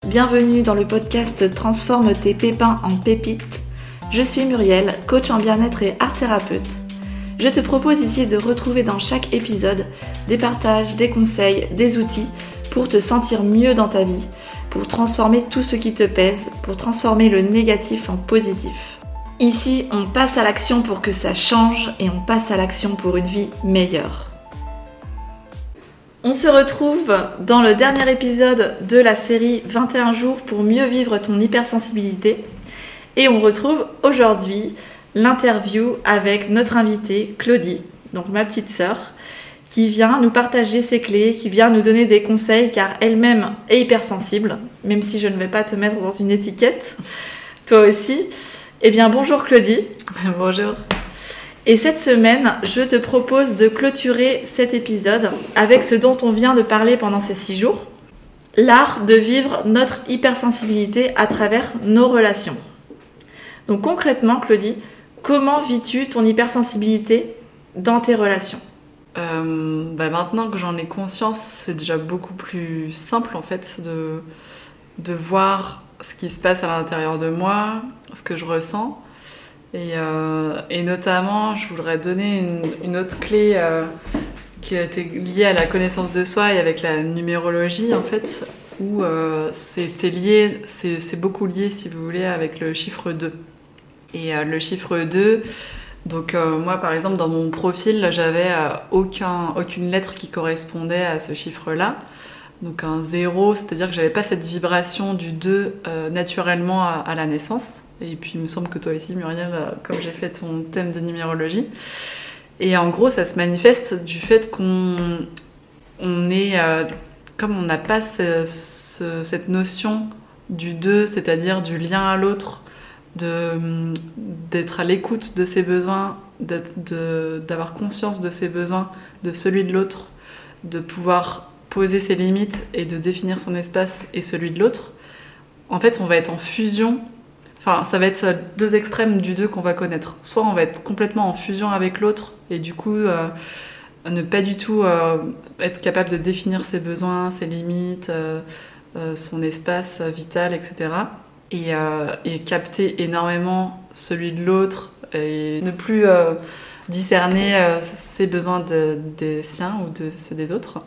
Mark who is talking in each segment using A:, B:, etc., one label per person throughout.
A: bienvenue dans le podcast Transforme tes pépins en pépites. Je suis Muriel, coach en bien-être et art thérapeute. Je te propose ici de retrouver dans chaque épisode des partages, des conseils, des outils pour te sentir mieux dans ta vie, pour transformer tout ce qui te pèse, pour transformer le négatif en positif. Ici, on passe à l'action pour que ça change et on passe à l'action pour une vie meilleure. On se retrouve dans le dernier épisode de la série 21 jours pour mieux vivre ton hypersensibilité. Et on retrouve aujourd'hui l'interview avec notre invitée Claudie, donc ma petite sœur, qui vient nous partager ses clés, qui vient nous donner des conseils car elle-même est hypersensible, même si je ne vais pas te mettre dans une étiquette, toi aussi. Eh bien bonjour Claudie.
B: Bonjour.
A: Et cette semaine, je te propose de clôturer cet épisode avec ce dont on vient de parler pendant ces 6 jours, l'art de vivre notre hypersensibilité à travers nos relations. Donc concrètement, Claudie, comment vis-tu ton hypersensibilité dans tes relations ?
B: Maintenant que j'en ai conscience, c'est déjà beaucoup plus simple en fait de voir ce qui se passe à l'intérieur de moi, ce que je ressens. Et notamment, je voudrais donner une autre clé qui a été liée à la connaissance de soi et avec la numérologie en fait, où c'est beaucoup lié si vous voulez avec le chiffre 2. Et le chiffre 2, donc moi par exemple dans mon profil, j'avais aucune lettre qui correspondait à ce chiffre-là. Donc un 0, c'est-à-dire que j'avais pas cette vibration du 2 naturellement à la naissance. Et puis il me semble que toi aussi Muriel, comme j'ai fait ton thème de numérologie. Et en gros ça se manifeste du fait qu'on est, comme on n'a pas cette notion du 2, c'est-à-dire du lien à l'autre, d'être à l'écoute de ses besoins, d'avoir conscience de ses besoins, de celui de l'autre, de pouvoir poser ses limites et de définir son espace et celui de l'autre. En fait, on va être en fusion. Enfin, ça va être deux extrêmes du 2 qu'on va connaître. Soit on va être complètement en fusion avec l'autre et du coup ne pas du tout être capable de définir ses besoins, ses limites, son espace vital, etc. Et capter énormément celui de l'autre et ne plus discerner ses besoins des siens ou de ceux des autres.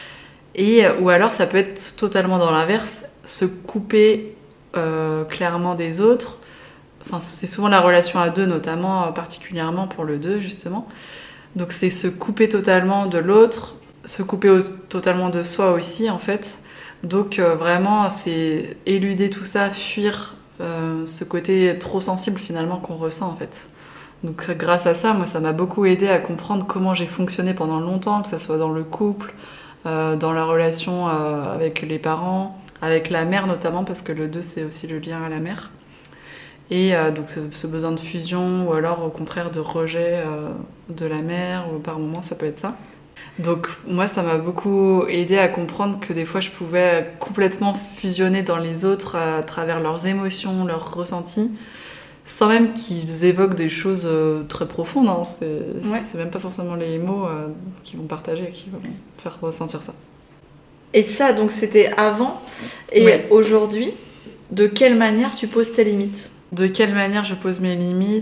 B: Ou alors ça peut être totalement dans l'inverse, se couper clairement des autres. Enfin, c'est souvent la relation à deux, notamment particulièrement pour le 2 justement. Donc c'est se couper totalement de l'autre, se couper totalement de soi aussi en fait. Donc vraiment c'est éluder tout ça, fuir ce côté trop sensible finalement qu'on ressent en fait. Donc grâce à ça, moi ça m'a beaucoup aidé à comprendre comment j'ai fonctionné pendant longtemps, que ça soit dans le couple, dans la relation avec les parents, avec la mère notamment, parce que le 2 c'est aussi le lien à la mère. Et donc ce besoin de fusion ou alors au contraire de rejet de la mère, ou par moments ça peut être ça. Donc moi ça m'a beaucoup aidé à comprendre que des fois je pouvais complètement fusionner dans les autres à travers leurs émotions, leurs ressentis, sans même qu'ils évoquent des choses très profondes, hein. C'est même pas forcément les mots qu'ils vont partager qui vont faire ressentir ça.
A: Et ça, donc c'était avant. Et ouais. Aujourd'hui, de quelle manière tu poses tes limites ?
B: De quelle manière je pose mes limites ?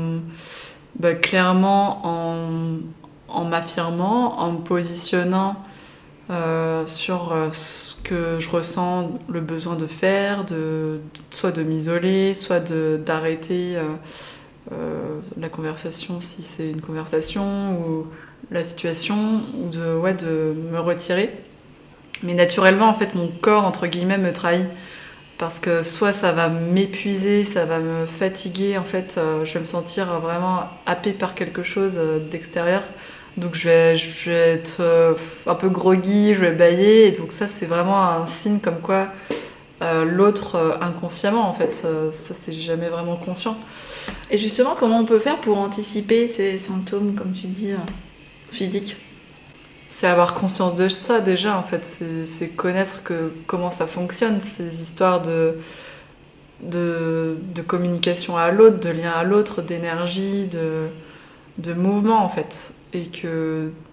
B: Clairement en m'affirmant, en me positionnant sur ce que je ressens, le besoin de faire, soit de m'isoler, soit d'arrêter la conversation si c'est une conversation, ou la situation, ou de me retirer. Mais naturellement, en fait, mon corps, entre guillemets, me trahit. Parce que soit ça va m'épuiser, ça va me fatiguer, en fait, je vais me sentir vraiment happée par quelque chose d'extérieur. Donc je vais être un peu groggy, je vais bâiller. Et donc ça, c'est vraiment un signe comme quoi l'autre, inconsciemment, en fait, ça, c'est jamais vraiment conscient.
A: Et justement, comment on peut faire pour anticiper ces symptômes, comme tu dis, physiques ?
B: C'est avoir conscience de ça déjà en fait, c'est connaître comment ça fonctionne, ces histoires de communication à l'autre, de lien à l'autre, d'énergie, de mouvement en fait. Et que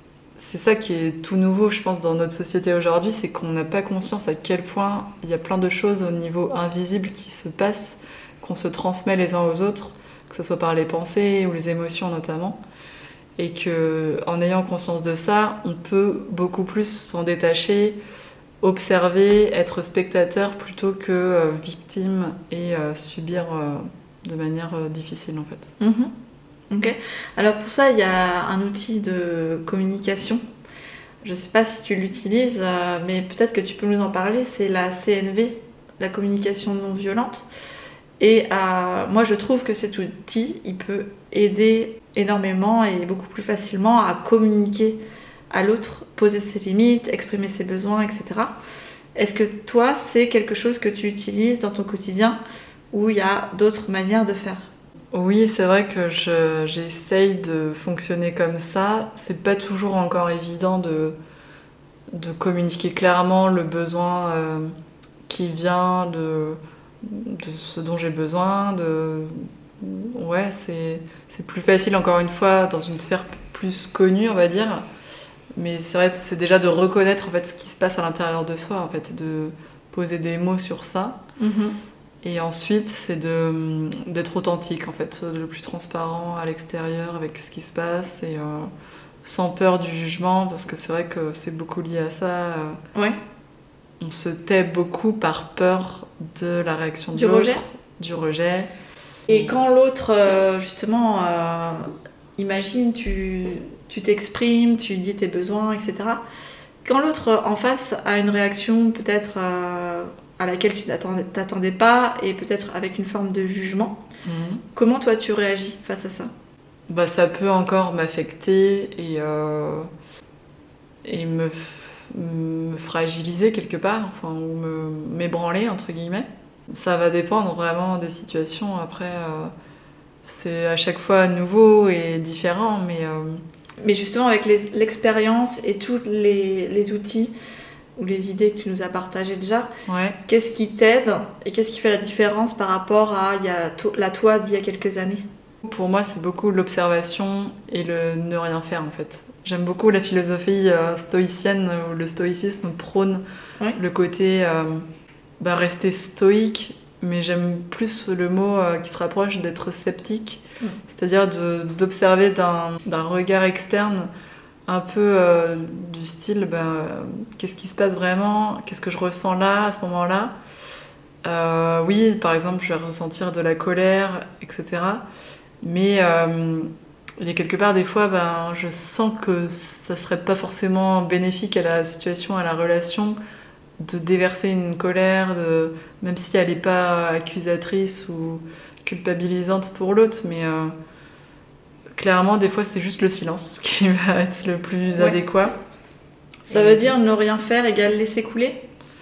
B: c'est ça qui est tout nouveau, je pense, dans notre société aujourd'hui, c'est qu'on n'a pas conscience à quel point il y a plein de choses au niveau invisible qui se passent, qu'on se transmet les uns aux autres, que ce soit par les pensées ou les émotions notamment. Et qu'en ayant conscience de ça, on peut beaucoup plus s'en détacher, observer, être spectateur plutôt que victime et subir de manière difficile en fait.
A: Ok. Alors pour ça, il y a un outil de communication. Je ne sais pas si tu l'utilises, mais peut-être que tu peux nous en parler. C'est la CNV, la communication non violente. Et moi, je trouve que cet outil, il peut aider énormément et beaucoup plus facilement à communiquer à l'autre, poser ses limites, exprimer ses besoins, etc. Est-ce que toi, c'est quelque chose que tu utilises dans ton quotidien ou il y a d'autres manières de faire ?
B: Oui, c'est vrai que j'essaye de fonctionner comme ça. C'est pas toujours encore évident de communiquer clairement le besoin qui vient de ce dont j'ai besoin. Ouais, c'est plus facile encore une fois dans une sphère plus connue, on va dire. Mais c'est vrai, c'est déjà de reconnaître en fait ce qui se passe à l'intérieur de soi, en fait, de poser des mots sur ça. Et ensuite, c'est d'être authentique, en fait, le plus transparent à l'extérieur avec ce qui se passe et sans peur du jugement, parce que c'est vrai que c'est beaucoup lié à ça.
A: Ouais.
B: On se tait beaucoup par peur de la réaction
A: du rejet.
B: Du rejet.
A: Et quand l'autre, justement, imagine, tu t'exprimes, tu dis tes besoins, etc. Quand l'autre en face a une réaction peut-être à laquelle tu t'attendais pas et peut-être avec une forme de jugement, comment toi tu réagis face à ça ?
B: Bah, ça peut encore m'affecter et me fragiliser quelque part, enfin, ou m'ébranler entre guillemets. Ça va dépendre vraiment des situations. Après, c'est à chaque fois nouveau et différent,
A: mais justement avec l'expérience et tous les outils ou les idées que tu nous as partagées déjà,
B: ouais.
A: Qu'est-ce qui t'aide et qu'est-ce qui fait la différence par rapport à la toi d'il y a quelques années ?
B: Pour moi, c'est beaucoup l'observation et le ne rien faire en fait. J'aime beaucoup la philosophie stoïcienne où le stoïcisme prône le côté rester stoïque, mais j'aime plus le mot qui se rapproche d'être sceptique, c'est-à-dire d'observer d'un regard externe un peu du style qu'est-ce qui se passe vraiment, qu'est-ce que je ressens là, à ce moment-là. Oui, par exemple, je vais ressentir de la colère, etc. Mais il y a quelque part, des fois, je sens que ça serait pas forcément bénéfique à la situation, à la relation, de déverser une colère, même si elle n'est pas accusatrice ou culpabilisante pour l'autre, mais clairement, des fois, c'est juste le silence qui va être le plus adéquat.
A: Ça veut dire ne rien faire égale laisser couler ?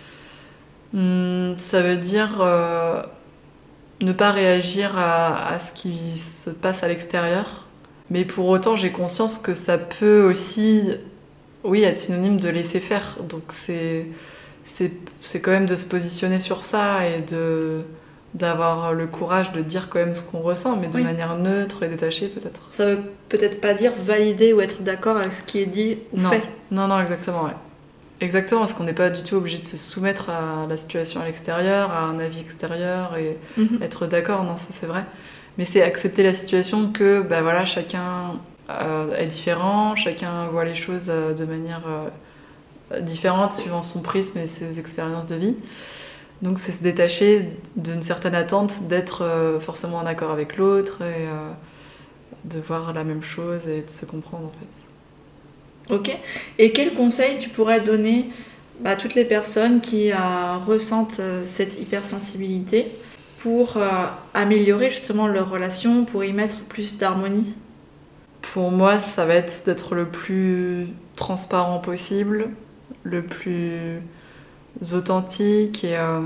B: Ça veut dire ne pas réagir à ce qui se passe à l'extérieur. Mais pour autant, j'ai conscience que ça peut aussi, être synonyme de laisser faire. Donc c'est quand même de se positionner sur ça et d'avoir le courage de dire quand même ce qu'on ressent, mais de manière neutre et détachée peut-être.
A: Ça veut peut-être pas dire valider ou être d'accord avec ce qui est dit ou fait.
B: Non, exactement, ouais. Exactement, parce qu'on n'est pas du tout obligé de se soumettre à la situation à l'extérieur, à un avis extérieur et être d'accord, non, ça c'est vrai. Mais c'est accepter la situation que chacun est différent, chacun voit les choses de manière différente suivant son prisme et ses expériences de vie. Donc c'est se détacher d'une certaine attente d'être forcément en accord avec l'autre et de voir la même chose et de se comprendre en fait.
A: Ok. Et quel conseil tu pourrais donner à toutes les personnes qui ressentent cette hypersensibilité pour améliorer justement leur relation, pour y mettre plus d'harmonie ?
B: Pour moi, ça va être d'être le plus transparent possible, le plus authentique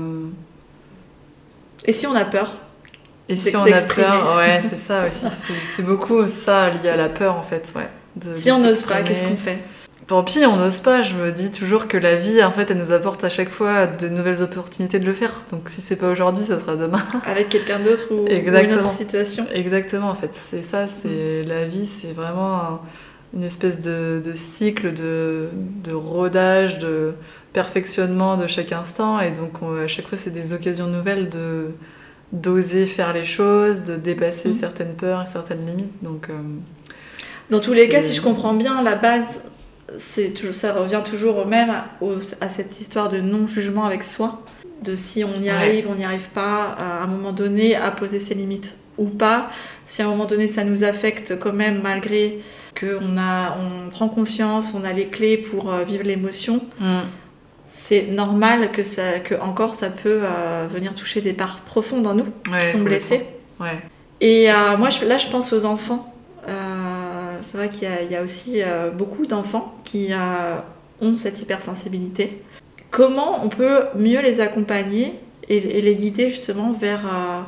A: et si on a peur ?
B: Et si on a peur, ouais, c'est ça aussi. C'est beaucoup ça lié à la peur en fait, ouais.
A: Si on n'ose pas, qu'est-ce qu'on fait ?
B: Tant pis, on n'ose pas. Je me dis toujours que la vie, en fait, elle nous apporte à chaque fois de nouvelles opportunités de le faire. Donc si c'est pas aujourd'hui, ça sera demain.
A: Avec quelqu'un d'autre ou une autre situation.
B: Exactement, en fait. C'est ça, la vie, c'est vraiment une espèce de cycle de rodage, de perfectionnement de chaque instant. Et donc, à chaque fois, c'est des occasions nouvelles d'oser faire les choses, de dépasser certaines peurs et certaines limites. Donc,
A: dans tous les cas, si je comprends bien, la base, ça revient toujours au même, à cette histoire de non-jugement avec soi, de si on y arrive, on n'y arrive pas, à un moment donné, à poser ses limites ou pas. Si à un moment donné, ça nous affecte quand même, malgré qu'on prend conscience, on a les clés pour vivre l'émotion, c'est normal que encore ça peut venir toucher des parts profondes en nous qui sont blessées.
B: Ouais.
A: Et moi, je pense aux enfants. C'est vrai qu'il y a aussi beaucoup d'enfants qui ont cette hypersensibilité. Comment on peut mieux les accompagner et les guider justement vers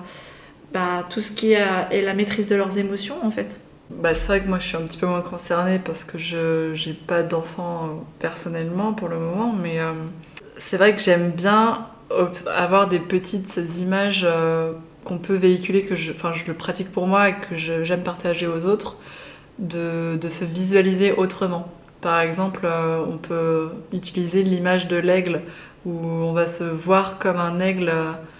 A: tout ce qui est la maîtrise de leurs émotions, en fait?
B: C'est vrai que moi je suis un petit peu moins concernée parce que je n'ai pas d'enfant personnellement pour le moment, mais c'est vrai que j'aime bien avoir des petites images qu'on peut véhiculer, que je le pratique pour moi et que j'aime partager aux autres, de se visualiser autrement. Par exemple, on peut utiliser l'image de l'aigle où on va se voir comme un aigle,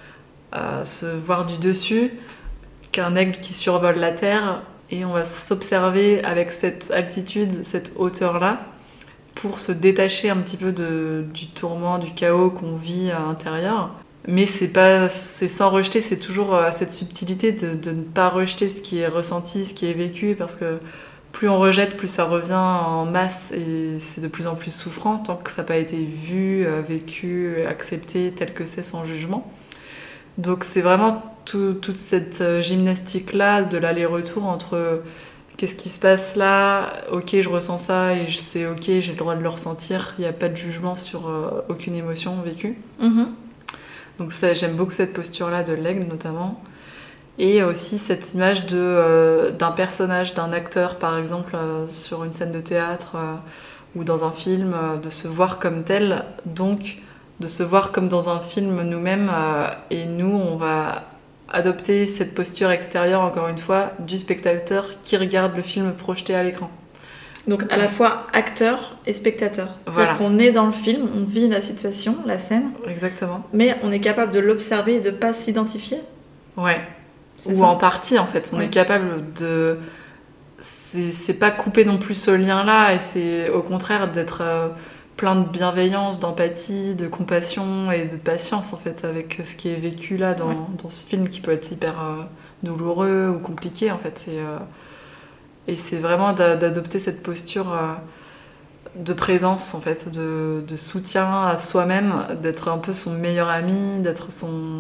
B: se voir du dessus, qu'un aigle qui survole la terre, et on va s'observer avec cette altitude, cette hauteur-là, pour se détacher un petit peu du tourment, du chaos qu'on vit à l'intérieur. Mais c'est sans rejeter, c'est toujours cette subtilité de ne pas rejeter ce qui est ressenti, ce qui est vécu, parce que plus on rejette, plus ça revient en masse et c'est de plus en plus souffrant tant que ça n'a pas été vu, vécu, accepté tel que c'est sans jugement. Donc c'est vraiment toute cette gymnastique-là de l'aller-retour entre qu'est-ce qui se passe là, ok je ressens ça et c'est ok, j'ai le droit de le ressentir, il n'y a pas de jugement sur aucune émotion vécue. Donc j'aime beaucoup cette posture-là de l'aigle notamment. Et aussi cette image d'un personnage, d'un acteur par exemple sur une scène de théâtre ou dans un film, de se voir comme tel, donc de se voir comme dans un film nous-mêmes, et nous on va adopter cette posture extérieure encore une fois du spectateur qui regarde le film projeté à l'écran.
A: Donc à la fois acteur et spectateur. C'est-à-dire qu'on est dans le film, on vit la situation, la scène.
B: Exactement.
A: Mais on est capable de l'observer et de ne pas s'identifier.
B: Ouais. Ou en partie en fait. On est capable de... C'est pas couper non plus ce lien-là, et c'est au contraire d'être plein de bienveillance, d'empathie, de compassion et de patience en fait avec ce qui est vécu là dans ce film qui peut être hyper douloureux ou compliqué en fait. Et c'est vraiment d'adopter cette posture de présence en fait, de soutien à soi-même, d'être un peu son meilleur ami, d'être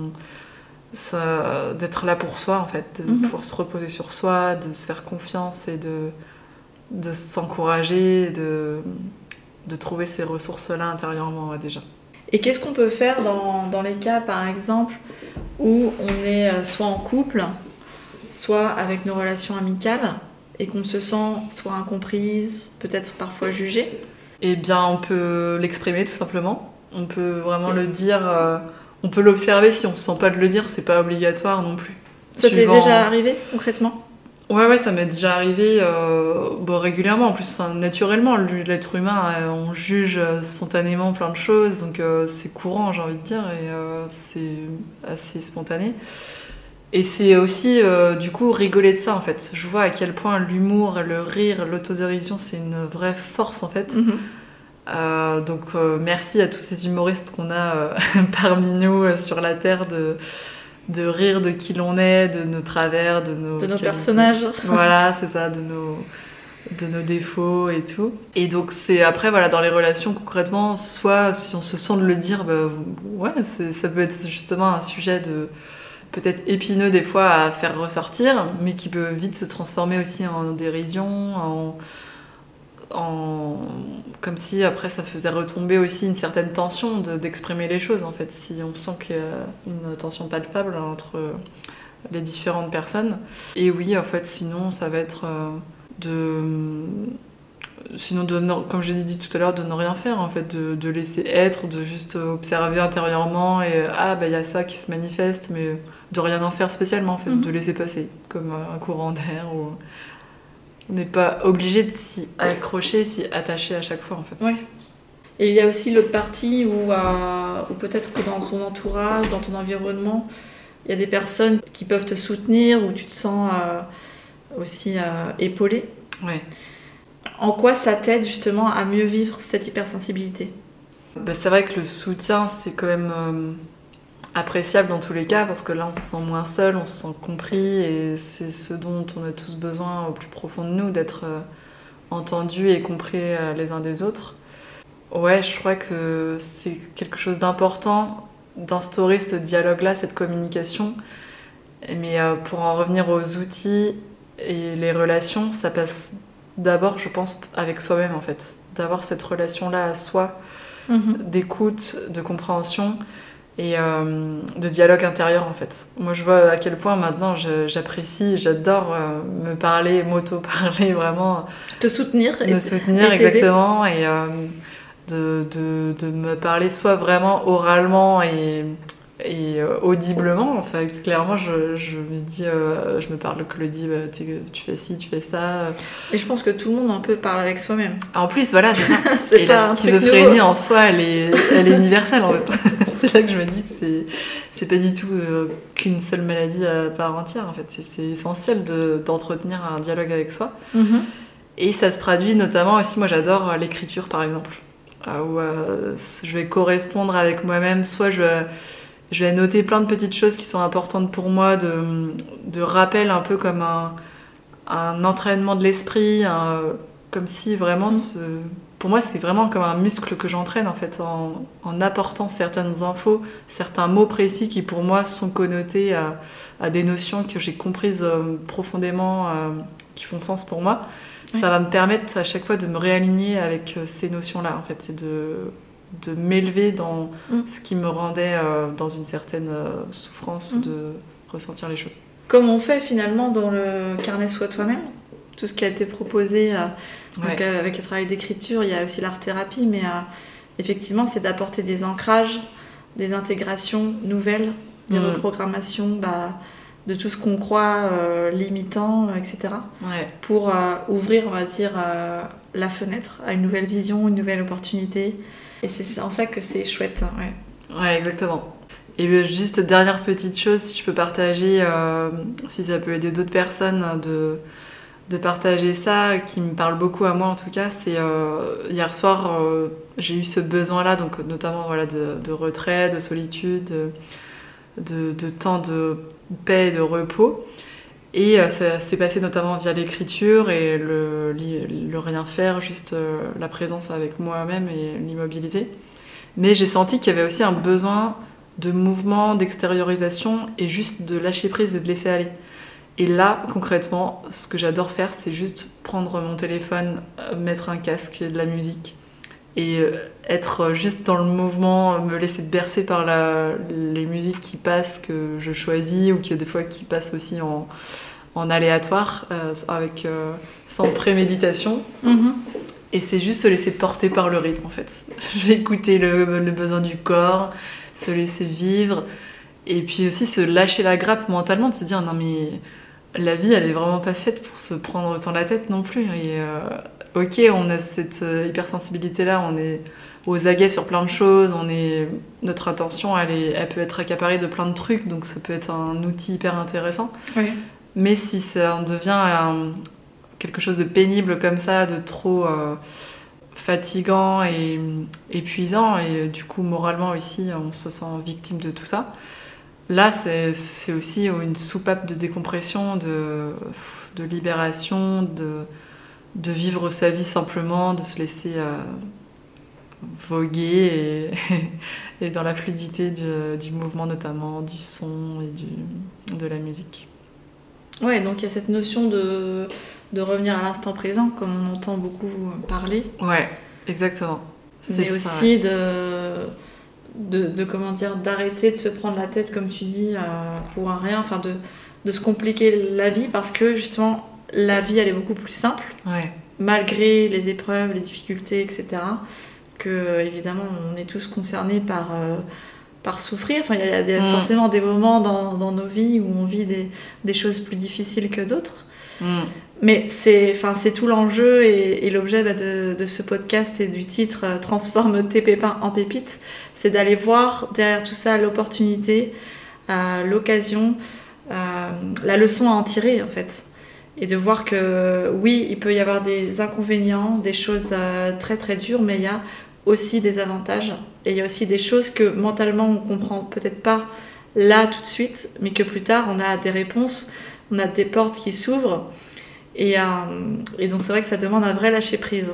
B: là pour soi en fait, de pouvoir se reposer sur soi, de se faire confiance et de s'encourager, de trouver ces ressources-là intérieurement déjà.
A: Et qu'est-ce qu'on peut faire dans les cas par exemple où on est soit en couple, soit avec nos relations amicales, et qu'on se sent soit incomprise, peut-être parfois jugée?
B: Eh bien, on peut l'exprimer tout simplement. On peut vraiment le dire. On peut l'observer si on se sent pas de le dire. C'est pas obligatoire non plus.
A: Ça t'est déjà arrivé concrètement?
B: Ouais, ça m'est déjà arrivé régulièrement. En plus, naturellement, l'être humain, on juge spontanément plein de choses. Donc c'est courant, j'ai envie de dire, et c'est assez spontané. Et c'est aussi, du coup, rigoler de ça, en fait. Je vois à quel point l'humour, le rire, l'autodérision, c'est une vraie force, en fait. Donc, merci à tous ces humoristes qu'on a parmi nous sur la Terre de rire de qui l'on est, de nos travers, de nos
A: personnages. Voilà,
B: c'est ça, de nos défauts et tout. Et donc, c'est après, voilà, dans les relations, concrètement, soit si on se sent de le dire, ça peut être justement un sujet peut-être épineux des fois à faire ressortir, mais qui peut vite se transformer aussi en dérision, comme si après ça faisait retomber aussi une certaine tension d'exprimer les choses en fait, si on sent qu'il y a une tension palpable entre les différentes personnes. Et oui, en fait, sinon ça va être comme je l'ai dit tout à l'heure, de ne rien faire en fait, de laisser être, de juste observer intérieurement et y a ça qui se manifeste, mais de rien en faire spécialement en fait, de laisser passer comme un courant d'air On n'est pas obligé de s'y accrocher, s'y attacher à chaque fois en fait.
A: Oui. Et il y a aussi l'autre partie où peut-être que dans ton entourage, dans ton environnement, il y a des personnes qui peuvent te soutenir, où tu te sens aussi épaulé.
B: Ouais.
A: En quoi ça t'aide justement à mieux vivre cette hypersensibilité ?
B: C'est vrai que le soutien, c'est quand même appréciable dans tous les cas, parce que là, on se sent moins seul, on se sent compris, et c'est ce dont on a tous besoin au plus profond de nous, d'être entendus et compris les uns des autres. Ouais, je crois que c'est quelque chose d'important d'instaurer ce dialogue-là, cette communication. Mais pour en revenir aux outils et les relations, ça passe d'abord, je pense, avec soi-même en fait. D'avoir cette relation-là à soi, d'écoute, de compréhension et de dialogue intérieur en fait. Moi je vois à quel point maintenant j'apprécie, j'adore me parler, m'auto-parler vraiment.
A: Te soutenir.
B: Me soutenir exactement et de me parler soit vraiment oralement et audiblement. Enfin, clairement, je me dis, je me parle Claudie, tu fais ci, tu fais ça.
A: Et je pense que tout le monde un peu parle avec soi-même.
B: En plus, voilà, c'est ça.
A: C'est
B: et
A: pas
B: la schizophrénie en soi, elle est universelle en fait. C'est là que je me dis que c'est pas du tout qu'une seule maladie à part entière en fait. C'est essentiel d'entretenir un dialogue avec soi. Et ça se traduit notamment aussi, moi j'adore l'écriture par exemple. Où je vais correspondre avec moi-même, soit je vais noter plein de petites choses qui sont importantes pour moi, de rappel un peu comme un entraînement de l'esprit, comme si vraiment, pour moi c'est vraiment comme un muscle que j'entraîne en fait, en apportant certaines infos, certains mots précis qui pour moi sont connotés à des notions que j'ai comprises profondément, qui font sens pour moi. Ça va me permettre à chaque fois de me réaligner avec ces notions-là, en fait. C'est de m'élever dans ce qui me rendait dans une certaine souffrance de ressentir les choses.
A: Comme on fait finalement dans le carnet Sois toi-même, tout ce qui a été proposé donc, avec le travail d'écriture, il y a aussi l'art-thérapie, mais effectivement, c'est d'apporter des ancrages, des intégrations nouvelles, des reprogrammations, de tout ce qu'on croit limitant, etc. Pour ouvrir, on va dire, la fenêtre à une nouvelle vision, une nouvelle opportunité. Et c'est en ça que c'est chouette.
B: Ouais, exactement. Et juste dernière petite chose, si je peux partager, si ça peut aider d'autres personnes de partager ça, qui me parle beaucoup à moi en tout cas, c'est hier soir, j'ai eu ce besoin-là, donc notamment voilà, de retrait, de solitude, de temps de paix et de repos. Et ça s'est passé notamment via l'écriture et le rien faire, juste la présence avec moi-même et l'immobilité. Mais j'ai senti qu'il y avait aussi un besoin de mouvement, d'extériorisation et juste de lâcher prise et de laisser aller. Et là, concrètement, ce que j'adore faire, c'est juste prendre mon téléphone, mettre un casque et de la musique et être juste dans le mouvement, me laisser bercer par les musiques qui passent, que je choisis, ou des fois qui passent aussi en aléatoire, sans préméditation. Et c'est juste se laisser porter par le rythme en fait. J'ai écouté le besoin du corps, se laisser vivre, et puis aussi se lâcher la grappe mentalement, de se dire non mais la vie elle est vraiment pas faite pour se prendre autant la tête non plus. Et ok, on a cette hypersensibilité là, on est aux aguets sur plein de choses, notre attention elle peut être accaparée de plein de trucs, donc ça peut être un outil hyper intéressant.
A: Oui.
B: Mais si ça devient quelque chose de pénible comme ça, de trop fatigant et épuisant, et du coup moralement aussi on se sent victime de tout ça, là c'est aussi une soupape de décompression, de libération, de vivre sa vie simplement, de se laisser voguer et dans la fluidité du mouvement, notamment du son et de la musique.
A: Ouais, donc il y a cette notion de revenir à l'instant présent, comme on entend beaucoup parler.
B: Ouais, exactement.
A: Mais aussi comment dire, d'arrêter de se prendre la tête, comme tu dis, pour un rien, enfin de se compliquer la vie, parce que justement, la vie, elle est beaucoup plus simple, malgré les épreuves, les difficultés, etc. Que, évidemment, on est tous concernés par souffrir. Enfin, il y a forcément des moments dans nos vies où on vit des choses plus difficiles que d'autres. Mais c'est tout l'enjeu et l'objet de ce podcast et du titre Transforme tes pépins en pépites, c'est d'aller voir derrière tout ça l'opportunité, l'occasion, la leçon à en tirer en fait. Et de voir que oui, il peut y avoir des inconvénients, des choses très très dures, mais il y a aussi des avantages. Et il y a aussi des choses que mentalement on comprend peut-être pas là tout de suite, mais que plus tard on a des réponses, on a des portes qui s'ouvrent. Et donc c'est vrai que ça demande un vrai lâcher prise.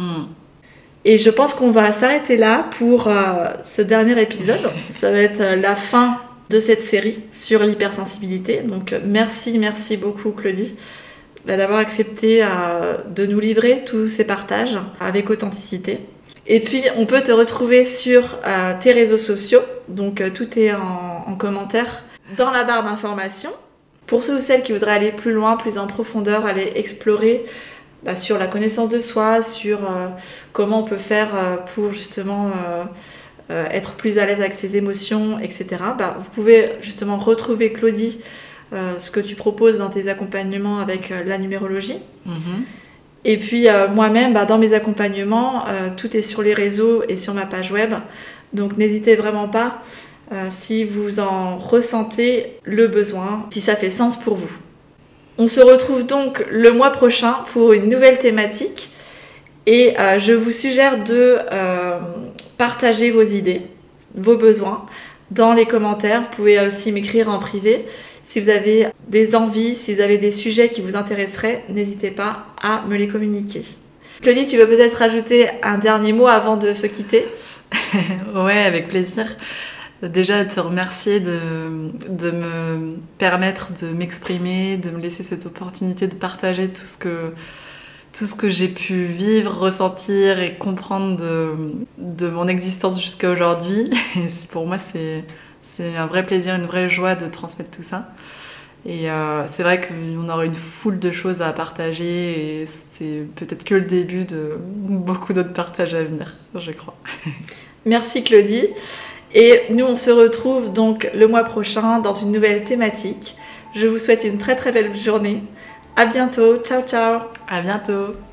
A: Et je pense qu'on va s'arrêter là pour ce dernier épisode. Ça va être la fin de cette série sur l'hypersensibilité. Donc merci beaucoup Claudie d'avoir accepté de nous livrer tous ces partages avec authenticité. Et puis on peut te retrouver sur tes réseaux sociaux. Donc tout est en commentaire dans la barre d'informations. Pour ceux ou celles qui voudraient aller plus loin, plus en profondeur, aller explorer sur la connaissance de soi, sur comment on peut faire pour justement être plus à l'aise avec ses émotions, etc. Vous pouvez justement retrouver Claudie, ce que tu proposes dans tes accompagnements avec la numérologie. Et puis moi-même, dans mes accompagnements, tout est sur les réseaux et sur ma page web. Donc n'hésitez vraiment pas. Si vous en ressentez le besoin, si ça fait sens pour vous. On se retrouve donc le mois prochain pour une nouvelle thématique et je vous suggère de partager vos idées, vos besoins dans les commentaires. Vous pouvez aussi m'écrire en privé. Si vous avez des envies, si vous avez des sujets qui vous intéresseraient, n'hésitez pas à me les communiquer. Claudie, tu veux peut-être rajouter un dernier mot avant de se quitter ?
B: Ouais, avec plaisir. Déjà, te remercier de me permettre de m'exprimer, de me laisser cette opportunité de partager tout ce que j'ai pu vivre, ressentir et comprendre de mon existence jusqu'à aujourd'hui. Et pour moi, c'est un vrai plaisir, une vraie joie de transmettre tout ça. Et c'est vrai qu'on aura une foule de choses à partager et c'est peut-être que le début de beaucoup d'autres partages à venir, je crois.
A: Merci Claudie. Et nous, on se retrouve donc le mois prochain dans une nouvelle thématique. Je vous souhaite une très très belle journée. À bientôt. Ciao, ciao.
B: À bientôt.